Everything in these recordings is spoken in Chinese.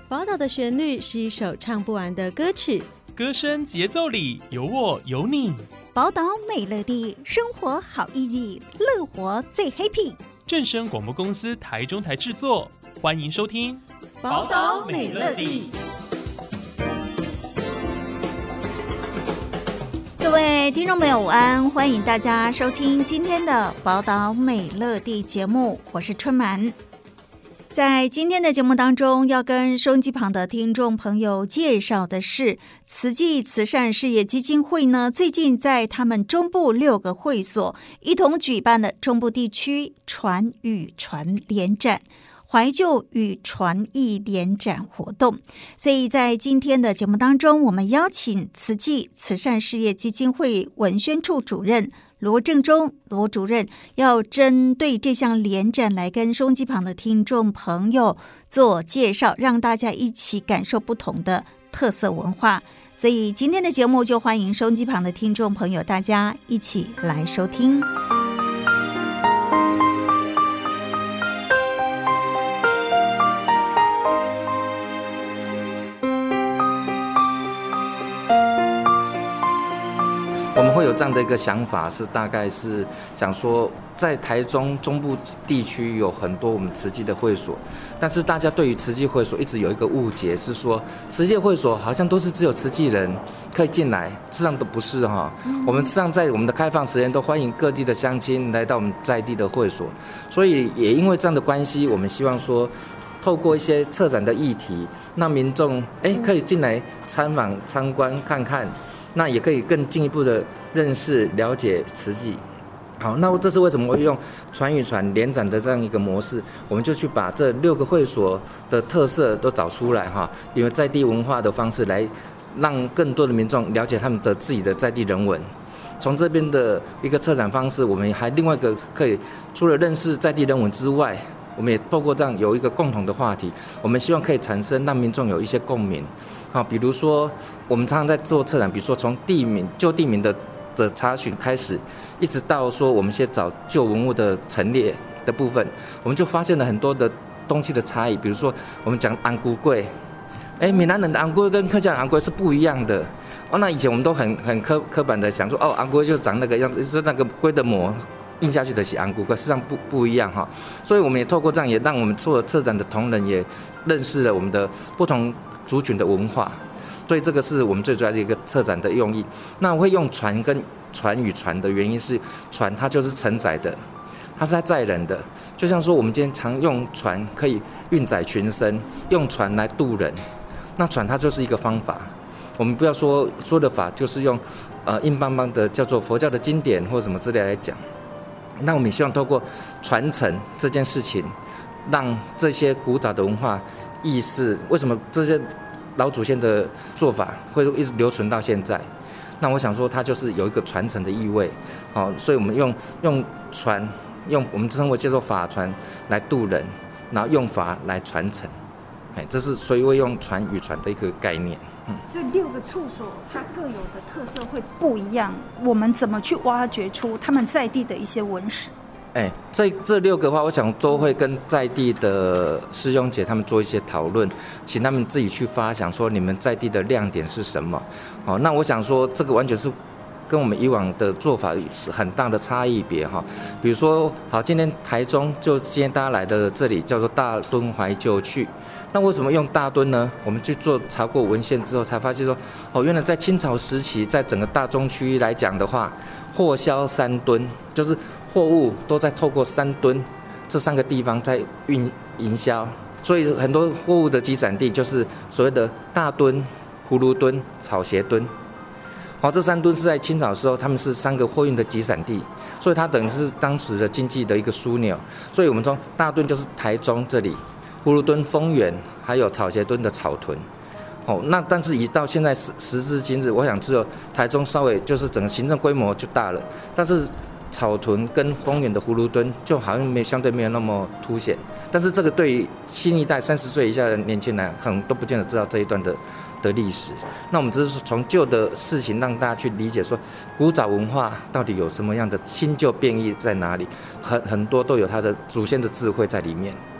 宝岛的旋律是一首唱不完的歌曲， 歌声节奏里有我有你。 宝岛美乐地，生活好 easy， 乐活最 happy。 正声广播公司台中台制作，欢迎收听宝岛美乐地。 各位听众朋友午安，欢迎大家收听今天的宝岛美乐地节目，我是春满。在今天的节目当中，要跟收音机旁的听众朋友介绍的是慈济慈善事业基金会呢，最近在他们中部6个会所一同举办的中部地区传语传联展怀旧与传艺联展活动。所以在今天的节目当中，我们邀请慈济慈善事业基金会文宣处主任罗正中罗主任，要针对这项联展来跟收音机旁的听众朋友做介绍，让大家一起感受不同的特色文化。所以今天的节目就欢迎收音机旁的听众朋友，大家一起来收听。 我们会有这样的一个想法，是大概是想说，在台中中部地区有很多我们慈济的会所，但是大家对于慈济会所一直有一个误解，是说慈济会所好像都是只有慈济人可以进来，事实上都不是哈。我们事实上在我们的开放时间都欢迎各地的乡亲来到我们在地的会所，所以也因为这样的关系，我们希望说，透过一些策展的议题，让民众可以进来参访参观看看。那也可以更进一步的认识了解慈济。好，那这是为什么会用传语传联展的这样一个模式，我们就去把这6个会所的特色都找出来哈，因为在地文化的方式来让更多的民众了解他们的自己的在地人文。从这边的一个策展方式，我们还另外一个可以除了认识在地人文之外，我们也透过这样有一个共同的话题，我们希望可以产生让民众有一些共鸣。好，比如说我们常常在做策展，比如说从旧地名的查询开始，一直到说我们先找旧文物的陈列的部分，我们就发现了很多的东西的差异。比如说我们讲安菇粿，闽南人的安菇跟客家人的安菇是不一样的。那以前我们都很刻板的想说，安菇就长那个样子，就是那个龟的膜印下去的是安菇，可事实上不一样哈。所以我们也透过这样，也让我们做了策展的同仁也认识了我们的不同族群的文化，所以这个是我们最主要的一个策展的用意。那我会用船跟传语传的原因是，船它就是承载的，它是在载人的，就像说我们今天常用船可以运载群生，用船来渡人，那船它就是一个方法。我们不要说的法，就是用硬邦邦的叫做佛教的经典或什么之类来讲。那我们也希望透过传承这件事情，让这些古早的文化意识，为什么这些老祖先的做法会一直留存到现在？那我想说，它就是有一个传承的意味，所以我们用传，用我们称为叫做法传来渡人，然后用法来传承，这是所以会用传语传的一个概念。 这6个处所它各有的特色会不一样，我们怎么去挖掘出他们在地的一些文史？ 这6个的话，我想都会跟在地的师兄姐他们做一些讨论，请他们自己去发想说你们在地的亮点是什么。那我想说这个完全是跟我们以往的做法是很大的差异别哈。比如说，好，今天台中就今天大家来的这里叫做大墩怀旧区。那为什么用大墩呢？我们去查过文献之后，才发现说，原来在清朝时期，在整个大中区域来讲的话，货销3墩，就是货物都在透过3墩这3个地方在营销，所以很多货物的集散地就是所谓的大墩、葫芦墩、草鞋墩。这3墩是在清朝的时候，他们是3个货运的集散地，所以它等于是当时的经济的一个枢纽。所以我们说大墩就是台中这里。葫芦墩、丰原，还有草鞋墩的草屯，那但是到现在时至今日，我想只有台中稍微就是整个行政规模就大了，但是草屯跟丰原的葫芦墩就好像相对没有那么凸显。但是这个对于新一代30岁以下的年轻人，可能都不见得知道这一段的历史。那我们只是从旧的事情让大家去理解说，古早文化到底有什么样的新旧变异在哪里，很多都有它的祖先的智慧在里面。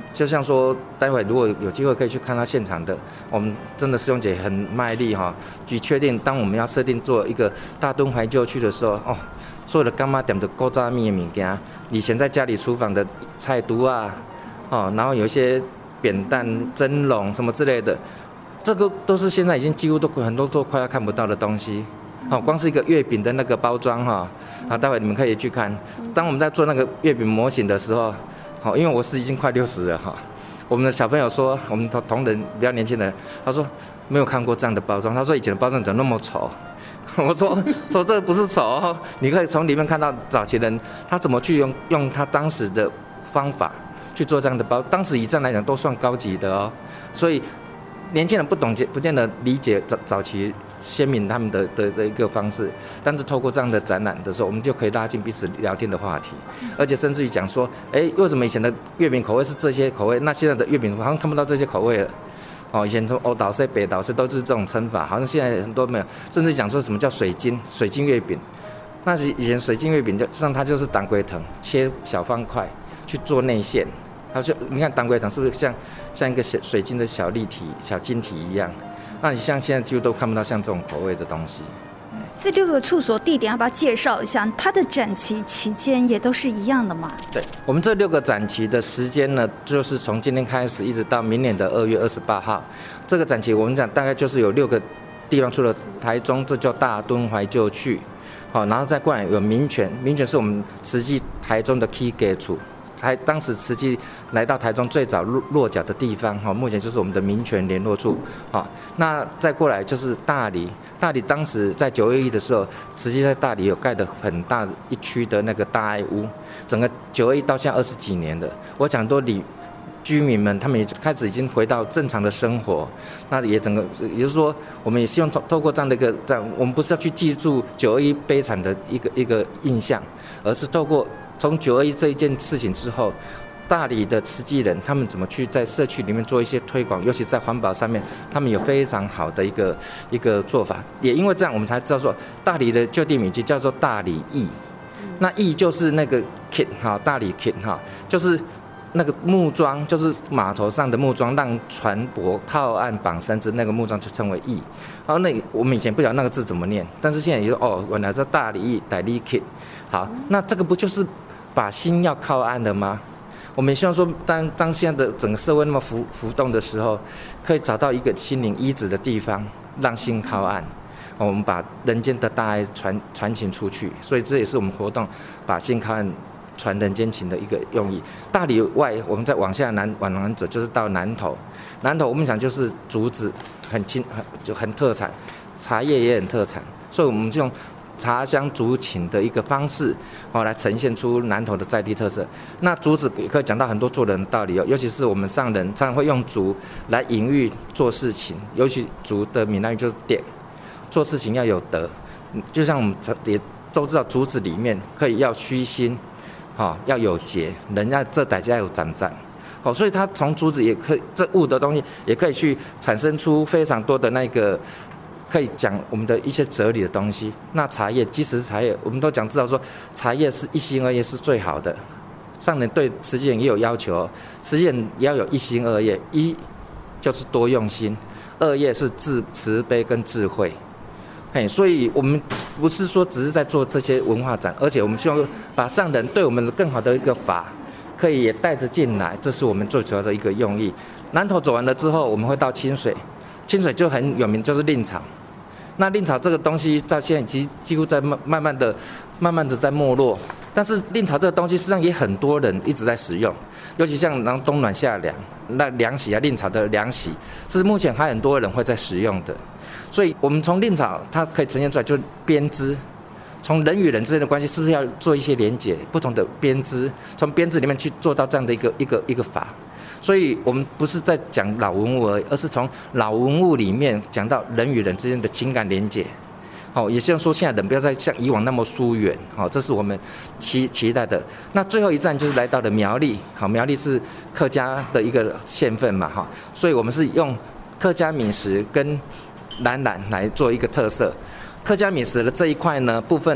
就像说，待会如果有机会可以去看到现场的，我们真的师兄姐很卖力哈，去确定当我们要设定做一个大墩怀旧区的时候，哦，所有的干妈点的古早味的物件，以前在家里厨房的菜刀啊，哦，然后有一些扁担、蒸笼什么之类的，这个都是现在已经几乎都很多都快要看不到的东西。好，光是一个月饼的那个包装哈，啊，待会你们可以去看。当我们在做那个月饼模型的时候，好，因为我是已经快60了哈，我们的小朋友说，我们同仁比较年轻人，他说没有看过这样的包装，他说以前的包装怎么那么丑？我说这个不是丑，你可以从里面看到早期人他怎么去用他当时的方法去做这样的包，当时以这样来讲都算高级的哦，所以年轻人不见得理解早期先民他们的一个方式，但是透过这样的展览的时候，我们就可以拉近彼此聊天的话题，而且甚至于讲说，为什么以前的月饼口味是这些口味，那现在的月饼好像看不到这些口味了。哦，以前从欧岛式、北岛式都是这种称法，好像现在很多没有，甚至讲说什么叫水晶月饼，那是以前水晶月饼就像它就是当归藤切小方块去做内馅。它就你看当归糖是不是像一个水晶的小粒体、小晶体一样？那你像现在几乎都看不到像这种口味的东西。 这6个处所地点要不要介绍一下？它的展期期间也都是一样的吗？ 对，我们这6个展期的时间呢，就是从今天开始一直到明年的2月28号。这个展期我们讲大概就是有6个地方，除了台中，这叫大墩怀旧区，好，然后再过来有民权是我们慈济台中的 key 给处。当时慈济来到台中最早落脚的地方，目前就是我们的民权联络处。那再过来就是大理当时在921的时候，慈济在大理有盖的很大一区的那个大爱屋，整个921到现在20几年了，我讲多里居民们他们也开始已经回到正常的生活，那也整个也就是说，我们也希望透过这样的一个我们不是要去记住921悲惨的一个印象，而是透过从921这一件事情之后，大理的慈济人他们怎么去在社区里面做一些推广，尤其在环保上面，他们有非常好的一个做法。也因为这样，我们才知道说，大理的就地米基叫做大理驿，那驿就是那个 kit 哈，大理 kit 哈，就是那个木桩，就是码头上的木桩，让船舶靠岸绑绳子，那个木桩就称为驿。然后我们以前不晓得那个字怎么念，但是现在也说原来是大理驿，大理 kit。好，那这个不就是把心要靠岸的吗？我们也希望说，当现在的整个社会那么浮动的时候，可以找到一个心灵依止的地方，让心靠岸。我们把人间的大爱传情出去，所以这也是我们活动把心靠岸传人间情的一个用意。大理外，我们再往下往南走，就是到南投。南投我们讲就是竹子很特产，茶叶也很特产，所以我们就用茶香竹琴的一个方式，来呈现出南投的在地特色。那竹子也可以讲到很多做人的道理哦，尤其是我们上人常常会用竹来隐喻做事情，尤其竹的闽南语就是点，做事情要有德。就像我们也都知道，竹子里面可以要虚心，要有节，人家这大家有攒，所以它从竹子也可以这物的东西也可以去产生出非常多的那个。可以讲我们的一些哲理的东西。那茶叶，即使是茶叶，我们都知道说，茶叶是一心二业是最好的。上人对慈济人也有要求，慈济人也要有一心二业，一就是多用心，二业是慈悲跟智慧。所以我们不是说只是在做这些文化展，而且我们希望把上人对我们更好的一个法，可以也带着进来，这是我们最主要的一个用意。南投走完了之后，我们会到清水就很有名，就是令草。那令草这个东西到现在几乎在慢慢的在没落，但是令草这个东西实际上也很多人一直在使用，尤其像然后冬暖夏凉，那凉席令草的凉席是目前还很多人会在使用的。所以我们从令草它可以呈现出来，就是编织，从人与人之间的关系是不是要做一些连结，不同的编织，从编织里面去做到这样的一个法。所以我们不是在讲老文物而已，而是从老文物里面讲到人与人之间的情感连结。也希望说现在人不要再像以往那么疏远，这是我们期待的。那最后一站就是来到了苗栗，苗栗是客家的一个县份嘛，所以我们是用客家米食跟蓝来做一个特色。客家米食的这一块呢部分，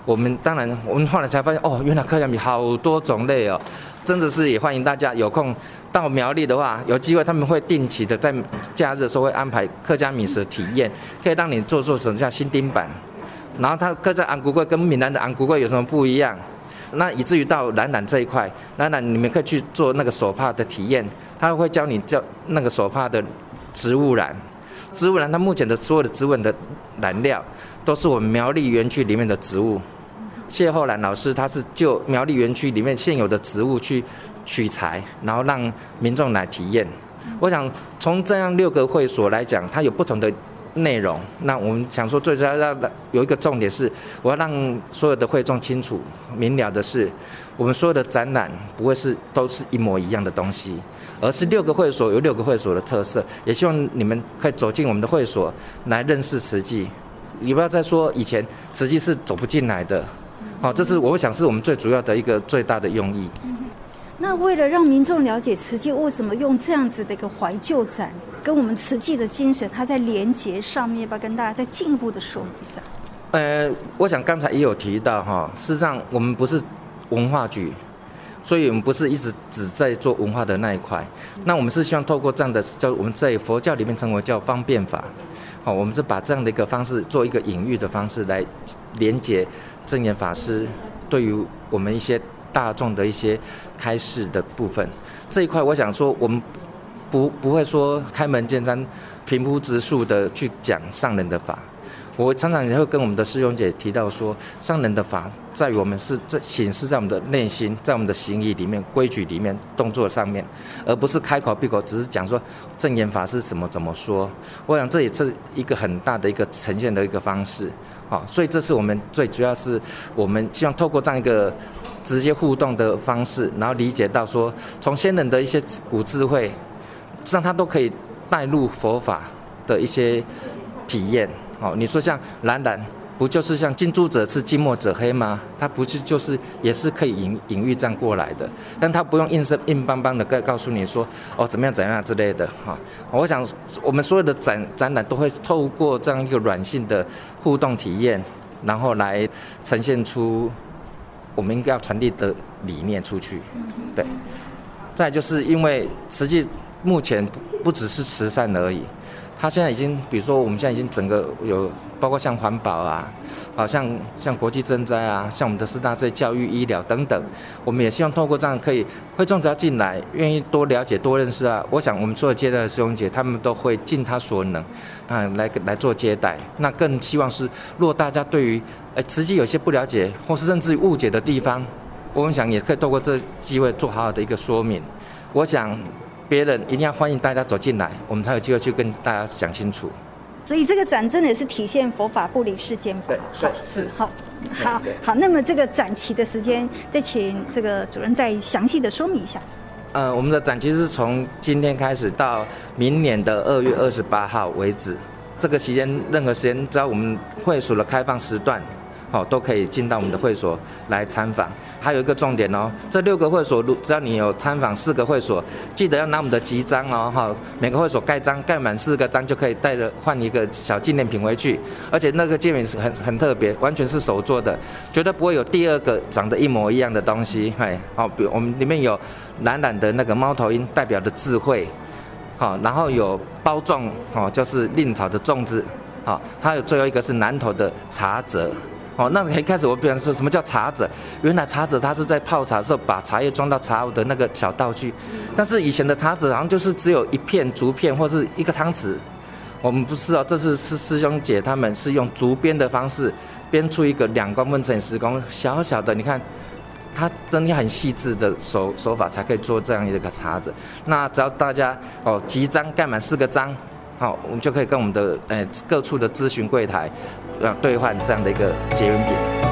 我们当然，我们后来才发现，哦，原来客家米好多种类哦，真的是也欢迎大家有空到苗栗的话，有机会他们会定期的在假日的时候会安排客家米食体验，可以让你做什么叫新丁板，然后它客家红龟跟闽南的红龟有什么不一样？那以至于到兰兰这一块，兰兰你们可以去做那个手帕的体验，他会教你叫那个手帕的植物染。植物染它目前的所有的植物的染料都是我们苗栗园区里面的植物。谢厚兰老师他是就苗栗园区里面现有的植物去取材，然后让民众来体验。我想从这样6个会所来讲，它有不同的内容。那我们想说，最主要有一个重点是，我要让所有的会众清楚明了的是，我们所有的展览不会都是一模一样的东西，而是6个会所有6个会所的特色。也希望你们可以走进我们的会所来认识慈济。你不要再说以前慈济是走不进来的，这是我想是我们最主要的一个最大的用意。 那为了让民众了解慈济为什么用这样子的一个怀旧展，跟我们慈济的精神，它在连结上面，要不要跟大家再进一步的说明一下？ 我想刚才也有提到事实上我们不是文化局，所以我们不是一直只在做文化的那一块。那我们是希望透过这样的叫我们在佛教里面称为叫方便法，我们是把这样的一个方式做一个隐喻的方式来连结证严法师对于我们一些大众的一些开示的部分。这一块我想说我们不会说开门见山平铺直述的去讲上人的法。我常常也会跟我们的师兄姐提到说，上人的法在于我们是显示在我们的内心，在我们的行仪里面、规矩里面、动作上面，而不是开口闭口只是讲说证严法师怎么说。我想这也是一个很大的一个呈现的一个方式。所以这是我们最主要是我们希望透过这样一个直接互动的方式，然后理解到说从先人的一些古智慧，让他都可以带入佛法的一些体验。你说像蓝蓝，不就是像近朱者赤，近墨者黑吗？它不是就是也是可以隐喻这样过来的，但它不用硬邦邦的告诉你说怎么样之类的。我想我们所有的展览都会透过这样一个软性的互动体验，然后来呈现出我们应该要传递的理念出去。对，再来就是因为实际目前不只是慈善而已。它现在已经，比如说我们现在已经整个有，包括像环保啊，像国际赈灾啊，像我们的4大罪教育、医疗等等，我们也希望透过这样可以会众只要进来，愿意多了解、多认识啊，我想我们所有接待的师兄姐，他们都会尽他所能来做接待。那更希望是，如果大家对于实际有些不了解，或是甚至于误解的地方，我们想也可以透过这机会做好好的一个说明。我想。别人一定要欢迎大家走进来，我们才有机会去跟大家讲清楚。 所以这个展真的是体现佛法不离世间法。 对，是。 好。那么这个展期的时间，再请这个主任再详细的说明一下。 我们的展期是从今天开始到明年的2月28号为止。这个期间，任何时间只要我们会所的开放时段，都可以进到我们的会所来参访。还有一个重点这6个会所，只要你有参访4个会所，记得要拿我们的集章每个会所盖章，盖满4个章就可以带着换一个小纪念品回去。而且那个纪念品是很特别，完全是手做的，绝对不会有第2个长得一模一样的东西。比如我们里面有蓝蓝的那个猫头鹰代表的智慧，然后有包状就是令草的粽子，还有最后一个是南投的茶则。那一开始我比方说什么叫茶者，原来茶者它是在泡茶的时候把茶叶装到茶壶的那个小道具，但是以前的茶者好像就是只有一片竹片或是一个汤匙，我们不是这是师兄姐他们是用竹编的方式编出一个2公分乘以10公分小小的，你看它真的很细致的手法才可以做这样一个茶者。那只要大家集章盖满4个章，我们就可以跟我们的各处的咨询柜台兑换这样的一个结缘品。